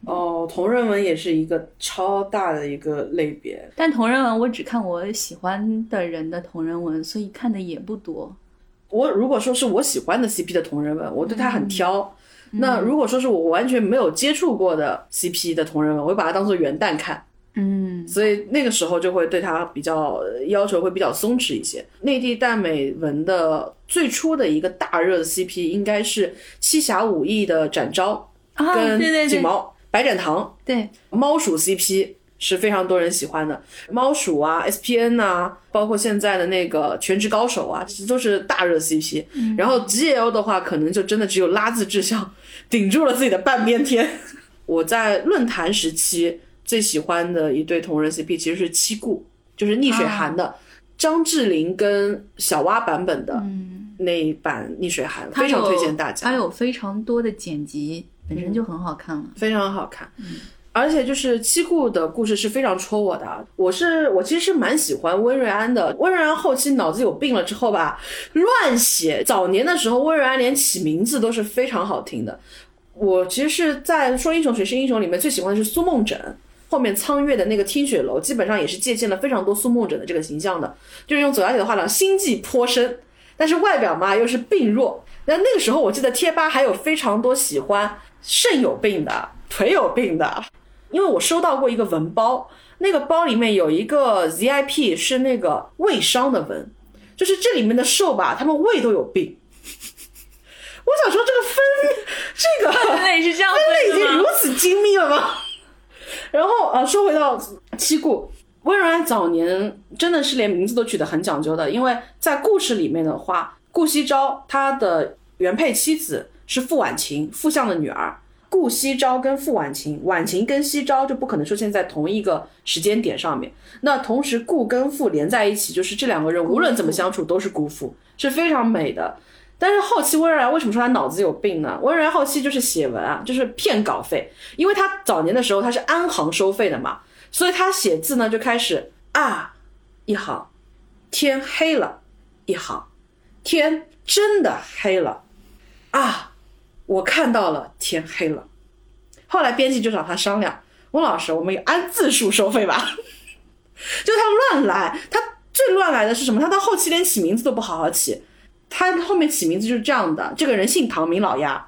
哦，同人文也是一个超大的一个类别。 但同人文我只看我喜欢的人的同人文，所以看的也不多。 我如果说是我喜欢的 CP 的同人文，我对它很挑。那如果说是我完全没有接触过的 CP 的同人文，我会把它当做元旦看。所以那个时候就会对它比较要求会比较松弛一些。内地耽美文的最初的一个大热的 CP 应该是七侠五义的展昭跟锦毛白展堂， 对， 猫鼠 CP 是非常多人喜欢的，猫鼠啊 SPN 啊，包括现在的那个全职高手啊，其实都是大热 CP。然后 GL 的话可能就真的只有拉字志向顶住了自己的半边天。我在论坛时期最喜欢的一对同人 CP 其实是七顾，就是逆水寒的，张智霖跟小蛙版本的那一版逆水寒，非常推荐大家。 它有非常多的剪辑，本身就很好看了， 非常好看。而且就是七顾的故事是非常戳我的。我其实是蛮喜欢温瑞安的。温瑞安后期脑子有病了之后吧，乱写。早年的时候温瑞安连起名字都是非常好听的。我其实是在说英雄谁是英雄里面最喜欢的是苏梦枕，后面苍月的那个听雪楼基本上也是借鉴了非常多苏梦枕的这个形象的，就是用左小姐的话讲，心计颇深，但是外表嘛又是病弱。那个时候我记得贴吧还有非常多喜欢肾有病的腿有病的，因为我收到过一个文包，那个包里面有一个 ZIP 是那个胃伤的文，就是这里面的兽吧他们胃都有病。我想说这个分类是这样分类已经如此精密了吗？然后说回到七顾，温瑞安早年真的是连名字都取得很讲究的，因为在故事里面的话，顾惜朝他的原配妻子是傅婉晴，傅相的女儿。顾惜朝跟傅婉晴，婉晴跟惜朝就不可能出现在同一个时间点上面。那同时顾跟傅连在一起，就是这两个人无论怎么相处都是辜负，是非常美的。但是后期温瑞安为什么说他脑子有病呢？温瑞安后期就是写文啊，就是骗稿费，因为他早年的时候他是按行收费的嘛，所以他写字呢就开始啊一行，天黑了一行，天真的黑了啊，我看到了天黑了。后来编辑就找他商量，温老师我们按字数收费吧。就他乱来，他最乱来的是什么？他到后期连起名字都不好好起，他后面起名字就是这样的，这个人姓唐名老鸭，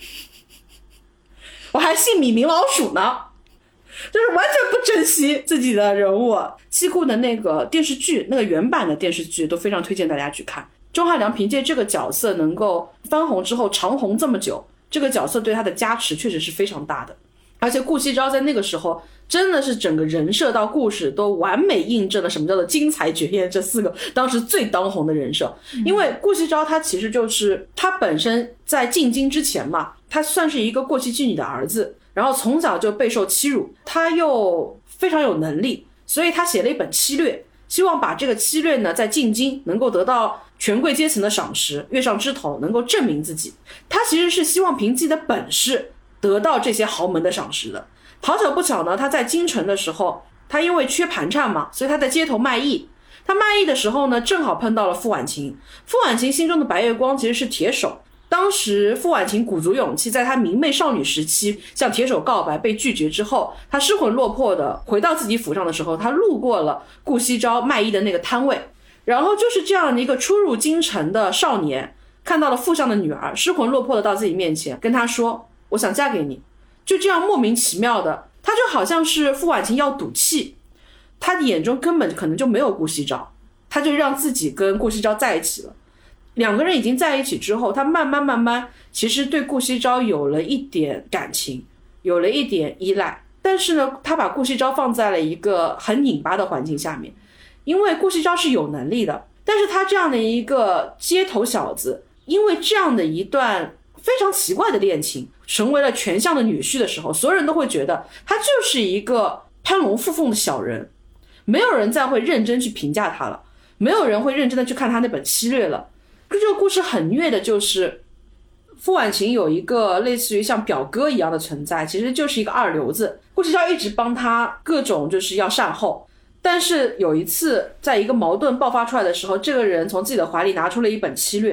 我还姓米名老鼠呢，就是完全不珍惜自己的人物。七顾的那个电视剧，那个原版的电视剧都非常推荐大家去看。钟汉良凭借这个角色能够翻红之后长红这么久，这个角色对他的加持确实是非常大的。而且顾惜朝在那个时候真的是整个人设到故事都完美印证了什么叫做精彩绝艳这四个当时最当红的人设。因为顾惜朝他其实就是他本身在进京之前嘛，他算是一个过气妓女的儿子，然后从小就备受欺辱，他又非常有能力，所以他写了一本七略，希望把这个七略呢在进京能够得到权贵阶层的赏识，跃上枝头，能够证明自己。他其实是希望凭自己的本事得到这些豪门的赏识的。好巧不巧呢，他在京城的时候，他因为缺盘缠嘛，所以他在街头卖艺。他卖艺的时候呢，正好碰到了傅婉晴。傅婉晴心中的白月光其实是铁手。当时傅婉晴鼓足勇气，在她明媚少女时期向铁手告白被拒绝之后，她失魂落魄的回到自己府上的时候，她路过了顾惜朝卖艺的那个摊位，然后就是这样一个初入京城的少年，看到了傅相的女儿，失魂落魄的到自己面前跟他说我想嫁给你。就这样莫名其妙的，他就好像是傅婉晴要赌气，他眼中根本可能就没有顾惜朝，他就让自己跟顾惜朝在一起了。两个人已经在一起之后，他慢慢其实对顾惜朝有了一点感情，有了一点依赖。但是呢，他把顾惜朝放在了一个很拧巴的环境下面，因为顾惜朝是有能力的，但是他这样的一个街头小子，因为这样的一段非常奇怪的恋情成为了权相的女婿的时候，所有人都会觉得他就是一个攀龙附凤的小人，没有人再会认真去评价他了，没有人会认真的去看他那本七略了。这个故事很虐的就是傅婉晴有一个类似于像表哥一样的存在，其实就是一个二流子，顾惜朝一直帮他各种就是要善后。但是有一次在一个矛盾爆发出来的时候，这个人从自己的怀里拿出了一本七略，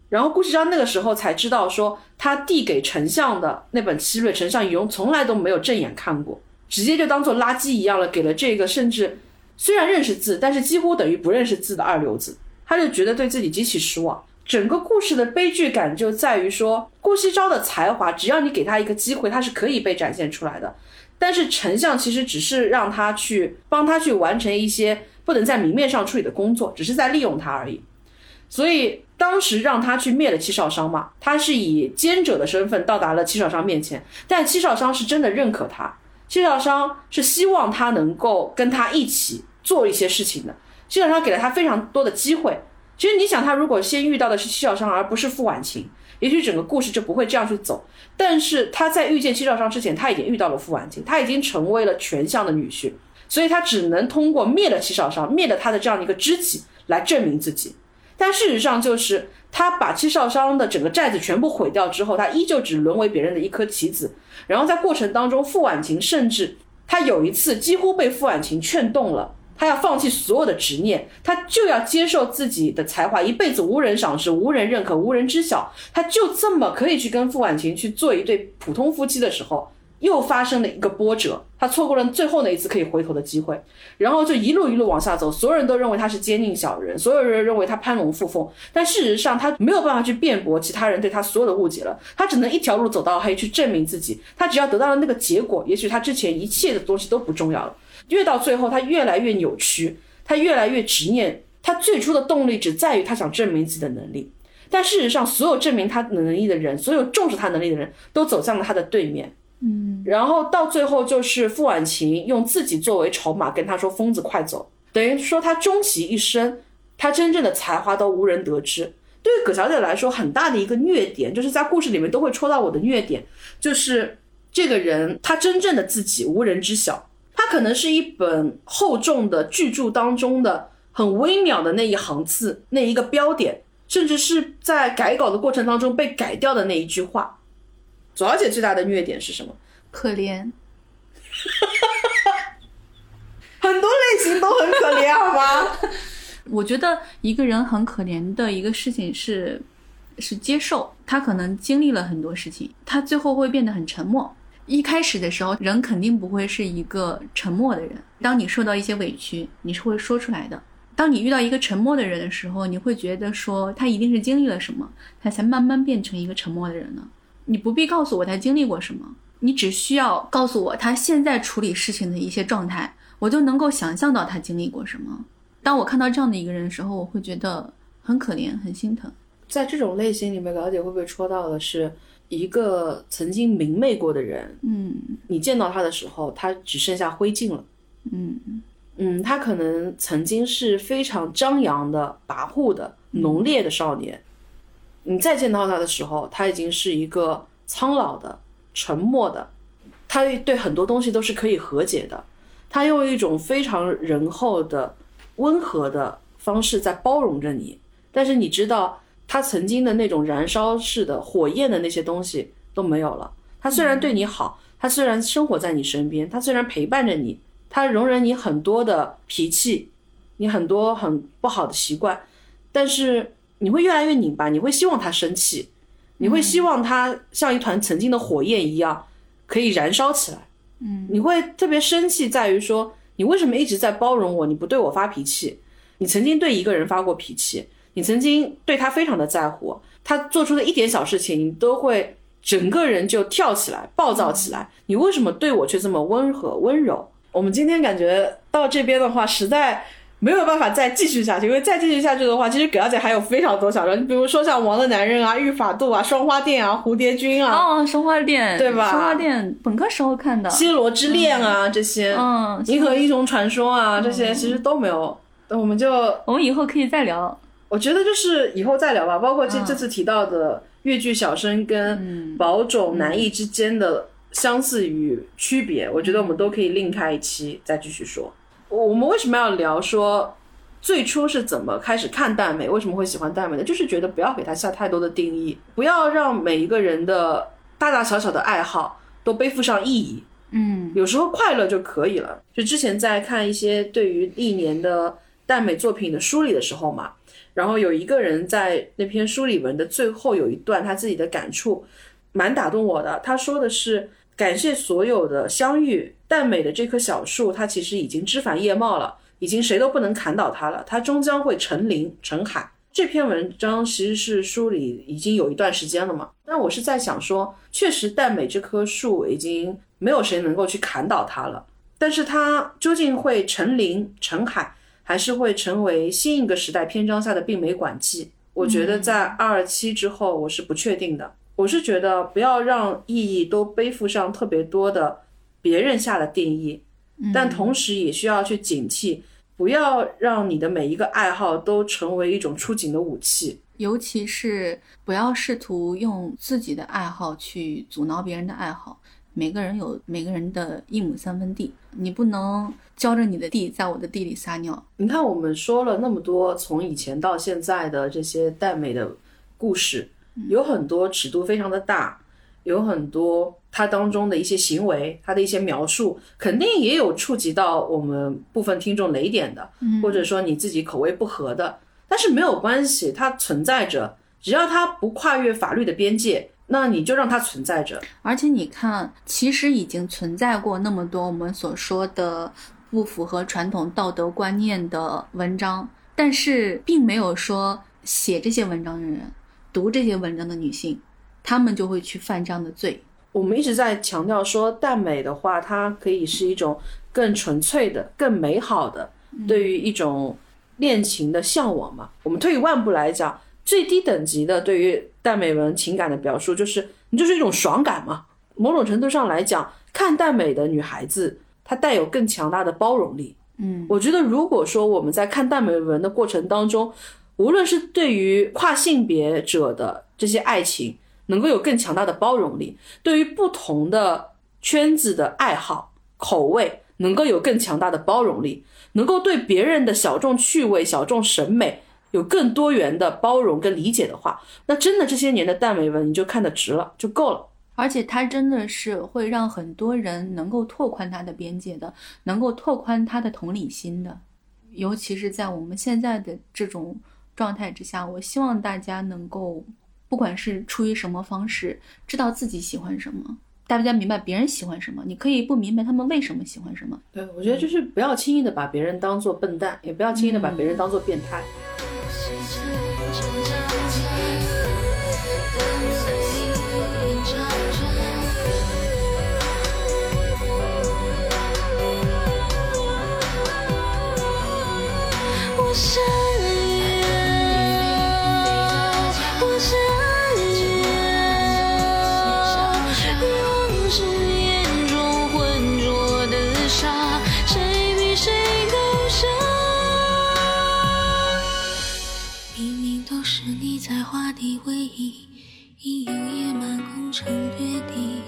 然后顾惜章那个时候才知道说，他递给丞相的那本七略，丞相尹荣从来都没有正眼看过，直接就当做垃圾一样了，给了这个甚至虽然认识字，但是几乎等于不认识字的二流子。他就觉得对自己极其失望。整个故事的悲剧感就在于说，顾惜章的才华只要你给他一个机会，他是可以被展现出来的，但是丞相其实只是让他去帮他去完成一些不能在明面上处理的工作，只是在利用他而已。所以当时让他去灭了戚少商嘛，他是以奸者的身份到达了戚少商面前，但戚少商是真的认可他，戚少商是希望他能够跟他一起做一些事情的，戚少商给了他非常多的机会。其实你想，他如果先遇到的是戚少商而不是傅婉晴，也许整个故事就不会这样去走。但是他在遇见戚少商之前，他已经遇到了傅婉晴，他已经成为了权相的女婿，所以他只能通过灭了戚少商，灭了他的这样的一个知己来证明自己。但事实上就是他把戚少商的整个寨子全部毁掉之后，他依旧只沦为别人的一颗棋子。然后在过程当中，傅婉晴甚至他有一次几乎被傅婉晴劝动了，他要放弃所有的执念，他就要接受自己的才华一辈子无人赏识，无人认可，无人知晓，他就这么可以去跟傅婉晴去做一对普通夫妻的时候，又发生了一个波折，他错过了最后那一次可以回头的机会，然后就一路一路往下走。所有人都认为他是奸佞小人，所有人认为他攀龙附凤，但事实上他没有办法去辩驳其他人对他所有的误解了，他只能一条路走到黑去证明自己。他只要得到了那个结果，也许他之前一切的东西都不重要了。越到最后他越来越扭曲，他越来越执念，他最初的动力只在于他想证明自己的能力，但事实上所有证明他能力的人，所有重视他能力的人都走向了他的对面。然后到最后就是傅婉晴用自己作为筹码跟他说疯子快走，等于说他终其一生他真正的才华都无人得知。对于葛小姐来说很大的一个虐点，就是在故事里面都会戳到我的虐点，就是这个人他真正的自己无人知晓，他可能是一本厚重的巨著当中的很微妙的那一行字，那一个标点，甚至是在改稿的过程当中被改掉的那一句话。左小姐最大的虐点是什么？ 可怜。 很多类型都很可怜好吗？ 我觉得一个人很可怜的一个事情是接受，他可能经历了很多事情，他最后会变得很沉默。一开始的时候人肯定不会是一个沉默的人，当你受到一些委屈你是会说出来的，当你遇到一个沉默的人的时候，你会觉得说他一定是经历了什么，他才慢慢变成一个沉默的人呢。你不必告诉我他经历过什么，你只需要告诉我他现在处理事情的一些状态，我就能够想象到他经历过什么。当我看到这样的一个人的时候，我会觉得很可怜很心疼。 在这种类型里面，了解会不会戳到的是一个曾经明媚过的人，你见到他的时候他只剩下灰烬了，他可能曾经是非常张扬的跋扈的浓烈的少年，你再见到他的时候他已经是一个苍老的沉默的，他对很多东西都是可以和解的，他用一种非常仁厚的温和的方式在包容着你，但是你知道他曾经的那种燃烧式的火焰的那些东西都没有了。他虽然对你好，他虽然生活在你身边，他虽然陪伴着你，他容忍你很多的脾气，你很多很不好的习惯，但是你会越来越拧巴，你会希望他生气，你会希望他像一团曾经的火焰一样可以燃烧起来。你会特别生气在于说，你为什么一直在包容我，你不对我发脾气？你曾经对一个人发过脾气，你曾经对他非常的在乎，他做出的一点小事情你都会整个人就跳起来暴躁起来，你为什么对我却这么温和温柔？我们今天感觉到这边的话实在没有办法再继续下去，因为再继续下去的话其实葛小姐还有非常多小说，比如说像王的男人啊、御法度啊、双花店啊、蝴蝶君啊， 双花店对吧？双花店本科时候看的， 西罗之恋啊，这些银河英雄传说啊，这些其实都没有，我们以后可以再聊。 我觉得就是以后再聊吧，包括这次提到的越剧小生跟宝冢南艺之间的相似与区别，我觉得我们都可以另开一期再继续说。我们为什么要聊说最初是怎么开始看耽美，为什么会喜欢耽美的，就是觉得不要给它下太多的定义，不要让每一个人的大大小小的爱好都背负上意义，有时候快乐就可以了。就之前在看一些对于历年的耽美作品的梳理的时候嘛，然后有一个人在那篇梳理文的最后有一段他自己的感触蛮打动我的，他说的是感谢所有的相遇，耽美的这棵小树它其实已经枝繁叶茂了，已经谁都不能砍倒它了，它终将会成林成海。这篇文章其实是梳理已经有一段时间了嘛，但我是在想说，确实耽美这棵树已经没有谁能够去砍倒它了，但是它究竟会成林成海，还是会成为新一个时代篇章下的病媒管剂，我觉得在227之后我是不确定的。我是觉得不要让意义都背负上特别多的别人下的定义，但同时也需要去警惕，不要让你的每一个爱好都成为一种出警的武器， 尤其是不要试图用自己的爱好去阻挠别人的爱好。每个人有每个人的一亩三分地，你不能浇着你的地在我的地里撒尿。 你看我们说了那么多从以前到现在的这些耽美的故事，有很多尺度非常的大，有很多它当中的一些行为，它的一些描述肯定也有触及到我们部分听众雷点的，或者说你自己口味不合的，但是没有关系，它存在着，只要它不跨越法律的边界，那你就让它存在着。 而且你看，其实已经存在过那么多我们所说的不符合传统道德观念的文章，但是并没有说写这些文章的人，读这些文章的女性，她们就会去犯这样的罪。 我们一直在强调说耽美的话，它可以是一种更纯粹的更美好的对于一种恋情的向往嘛。我们退一万步来讲，最低等级的对于耽美文情感的表述就是你就是一种爽感嘛。某种程度上来讲，看耽美的女孩子她带有更强大的包容力。我觉得如果说我们在看耽美文的过程当中，无论是对于跨性别者的这些爱情能够有更强大的包容力，对于不同的圈子的爱好口味能够有更强大的包容力，能够对别人的小众趣味小众审美有更多元的包容跟理解的话，那真的这些年的耽美文你就看得值了，就够了。 而且它真的是会让很多人能够拓宽它的边界的，能够拓宽它的同理心的。尤其是在我们现在的这种状态之下，我希望大家能够不管是出于什么方式，知道自己喜欢什么，大家明白别人喜欢什么，你可以不明白他们为什么喜欢什么。 对，我觉得就是不要轻易的把别人当作笨蛋，也不要轻易的把别人当作变态。 是你才华的回忆，已有野蛮工程决定。